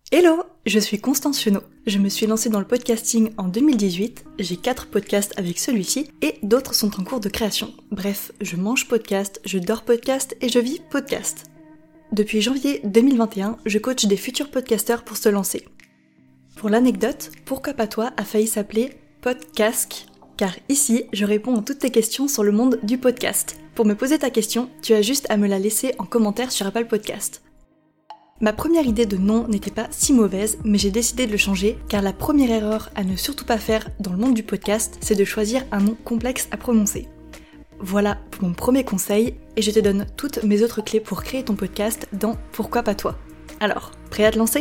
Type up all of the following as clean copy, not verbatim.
Hello, je suis Constance Chenot. Je me suis lancée dans le podcasting en 2018, j'ai 4 podcasts avec celui-ci et d'autres sont en cours de création. Bref, je mange podcast, je dors podcast et je vis podcast. Depuis janvier 2021, je coach des futurs podcasteurs pour se lancer. Pour l'anecdote, Pourquoi pas toi a failli s'appeler Podcast, car ici, je réponds à toutes tes questions sur le monde du podcast. Pour me poser ta question, tu as juste à me la laisser en commentaire sur Apple Podcast. Ma première idée de nom n'était pas si mauvaise, mais j'ai décidé de le changer, car la première erreur à ne surtout pas faire dans le monde du podcast, c'est de choisir un nom complexe à prononcer. Voilà pour mon premier conseil, et je te donne toutes mes autres clés pour créer ton podcast dans Pourquoi pas toi. Alors, prêt à te lancer ?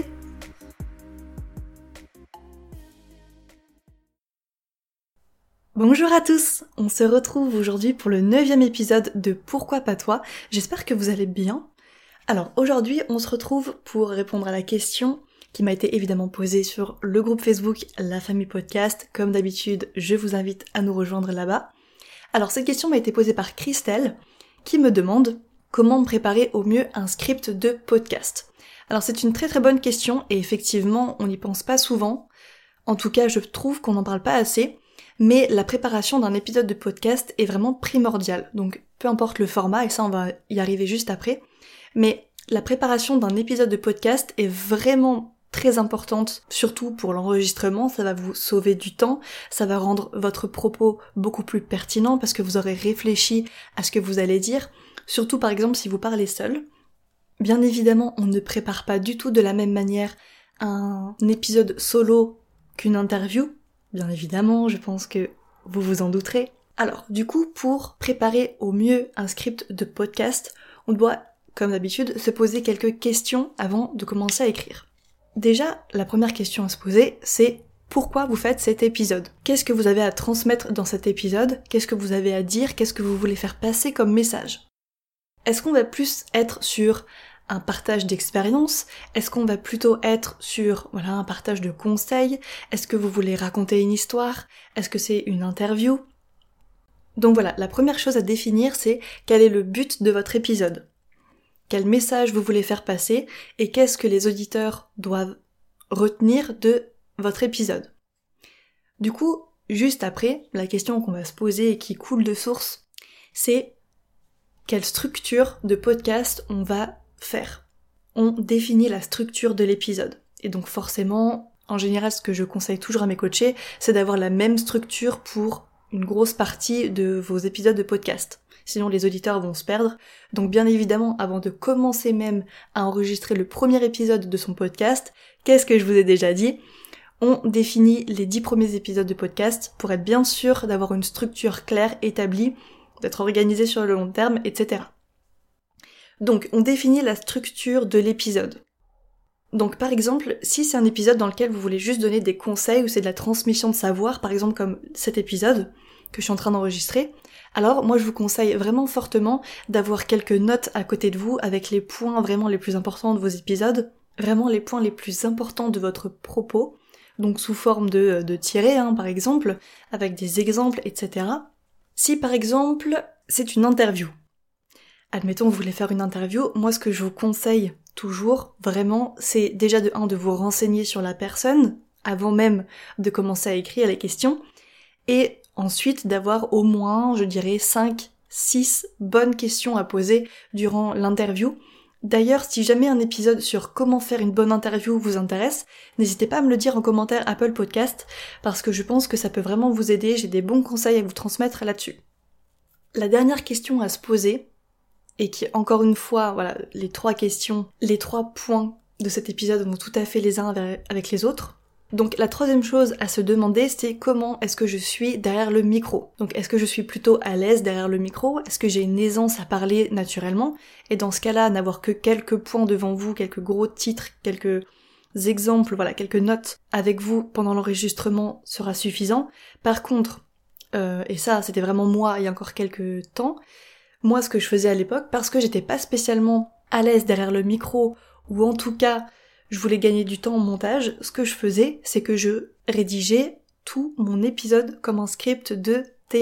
Bonjour à tous, on se retrouve aujourd'hui pour le 9e épisode de Pourquoi pas toi, j'espère que vous allez bien. Alors aujourd'hui on se retrouve pour répondre à la question qui m'a été évidemment posée sur le groupe Facebook La Famille Podcast, comme d'habitude je vous invite à nous rejoindre là-bas. Alors cette question m'a été posée par Christelle qui me demande comment me préparer au mieux un script de podcast. Alors c'est une très très bonne question et effectivement on n'y pense pas souvent, en tout cas je trouve qu'on n'en parle pas assez. Mais la préparation d'un épisode de podcast est vraiment primordiale, donc peu importe le format, et ça on va y arriver juste après, mais la préparation d'un épisode de podcast est vraiment très importante, surtout pour l'enregistrement, ça va vous sauver du temps, ça va rendre votre propos beaucoup plus pertinent parce que vous aurez réfléchi à ce que vous allez dire, surtout par exemple si vous parlez seul. Bien évidemment, on ne prépare pas du tout de la même manière un épisode solo qu'une interview. Bien évidemment, je pense que vous vous en douterez. Alors, du coup, pour préparer au mieux un script de podcast, on doit, comme d'habitude, se poser quelques questions avant de commencer à écrire. Déjà, la première question à se poser, c'est pourquoi vous faites cet épisode ? Qu'est-ce que vous avez à transmettre dans cet épisode ? Qu'est-ce que vous avez à dire ? Qu'est-ce que vous voulez faire passer comme message ? Est-ce qu'on va plus être sur un partage d'expérience? Est-ce qu'on va plutôt être sur un partage de conseils? Est-ce que vous voulez raconter une histoire? Est-ce que c'est une interview? Donc voilà, la première chose à définir, c'est quel est le but de votre épisode? Quel message vous voulez faire passer? Et qu'est-ce que les auditeurs doivent retenir de votre épisode? Du coup, juste après, la question qu'on va se poser et qui coule de source, c'est quelle structure de podcast on va faire. On définit la structure de l'épisode. Et donc forcément, en général, ce que je conseille toujours à mes coachés, c'est d'avoir la même structure pour une grosse partie de vos épisodes de podcast. Sinon, les auditeurs vont se perdre. Donc bien évidemment, avant de commencer même à enregistrer le premier épisode de son podcast, qu'est-ce que je vous ai déjà dit ? On définit les 10 premiers épisodes de podcast pour être bien sûr d'avoir une structure claire, établie, d'être organisé sur le long terme, etc. Donc, on définit la structure de l'épisode. Donc, par exemple, si c'est un épisode dans lequel vous voulez juste donner des conseils ou c'est de la transmission de savoir, par exemple comme cet épisode que je suis en train d'enregistrer, alors moi je vous conseille vraiment fortement d'avoir quelques notes à côté de vous avec les points vraiment les plus importants de vos épisodes, vraiment les points les plus importants de votre propos, donc sous forme de tirets, par exemple, avec des exemples, etc. Si par exemple, c'est une interview, admettons vous voulez faire une interview, moi ce que je vous conseille toujours, vraiment, c'est déjà de vous renseigner sur la personne, avant même de commencer à écrire les questions, et ensuite d'avoir au moins, je dirais, 5-6 bonnes questions à poser durant l'interview. D'ailleurs, si jamais un épisode sur comment faire une bonne interview vous intéresse, n'hésitez pas à me le dire en commentaire Apple Podcast, parce que je pense que ça peut vraiment vous aider, j'ai des bons conseils à vous transmettre là-dessus. La dernière question à se poser, et qui, encore une fois, les 3 questions, les 3 points de cet épisode vont tout à fait les uns avec les autres. Donc la troisième chose à se demander, c'est comment est-ce que je suis derrière le micro. Donc est-ce que je suis plutôt à l'aise derrière le micro? Est-ce que j'ai une aisance à parler naturellement? Et dans ce cas-là, n'avoir que quelques points devant vous, quelques gros titres, quelques exemples, quelques notes avec vous pendant l'enregistrement sera suffisant. Par contre, et ça c'était vraiment moi il y a encore quelques temps, moi ce que je faisais à l'époque, parce que j'étais pas spécialement à l'aise derrière le micro, ou en tout cas je voulais gagner du temps au montage, ce que je faisais, c'est que je rédigeais tout mon épisode comme un script de théâtre.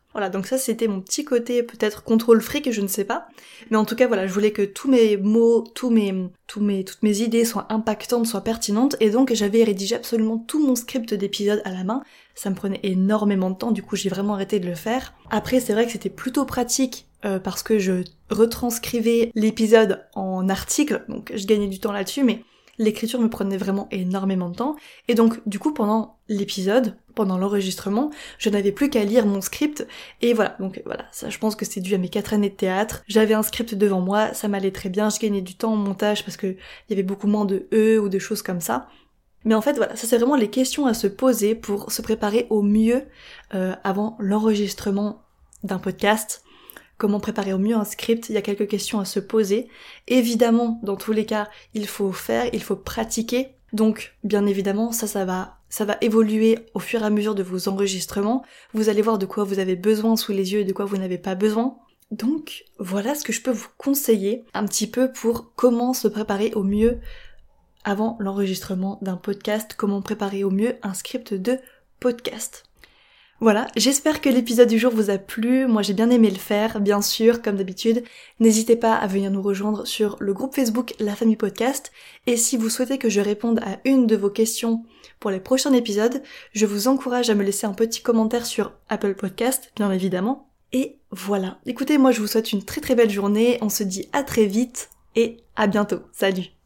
Voilà, donc ça c'était mon petit côté peut-être contrôle fric, je ne sais pas. Mais en tout cas voilà, je voulais que tous mes mots, toutes mes idées soient impactantes, soient pertinentes, et donc j'avais rédigé absolument tout mon script d'épisode à la main. Ça me prenait énormément de temps, du coup j'ai vraiment arrêté de le faire. Après c'est vrai que c'était plutôt pratique parce que je retranscrivais l'épisode en article, donc je gagnais du temps là-dessus, mais l'écriture me prenait vraiment énormément de temps, et donc du coup pendant l'épisode, pendant l'enregistrement, je n'avais plus qu'à lire mon script, et voilà, donc voilà, ça je pense que c'est dû à mes 4 années de théâtre, j'avais un script devant moi, ça m'allait très bien, je gagnais du temps en montage parce que il y avait beaucoup moins de ou de choses comme ça. Mais en fait voilà, ça c'est vraiment les questions à se poser pour se préparer au mieux avant l'enregistrement d'un podcast. Comment préparer au mieux un script, il y a quelques questions à se poser. Évidemment, dans tous les cas, il faut faire, il faut pratiquer. Donc, bien évidemment, ça va évoluer au fur et à mesure de vos enregistrements. Vous allez voir de quoi vous avez besoin sous les yeux et de quoi vous n'avez pas besoin. Donc, voilà ce que je peux vous conseiller un petit peu pour comment se préparer au mieux avant l'enregistrement d'un podcast, comment préparer au mieux un script de podcast. Voilà, j'espère que l'épisode du jour vous a plu, moi j'ai bien aimé le faire, bien sûr, comme d'habitude. N'hésitez pas à venir nous rejoindre sur le groupe Facebook La Famille Podcast, et si vous souhaitez que je réponde à une de vos questions pour les prochains épisodes, je vous encourage à me laisser un petit commentaire sur Apple Podcast, bien évidemment. Et voilà, écoutez, moi je vous souhaite une très très belle journée, on se dit à très vite, et à bientôt, salut!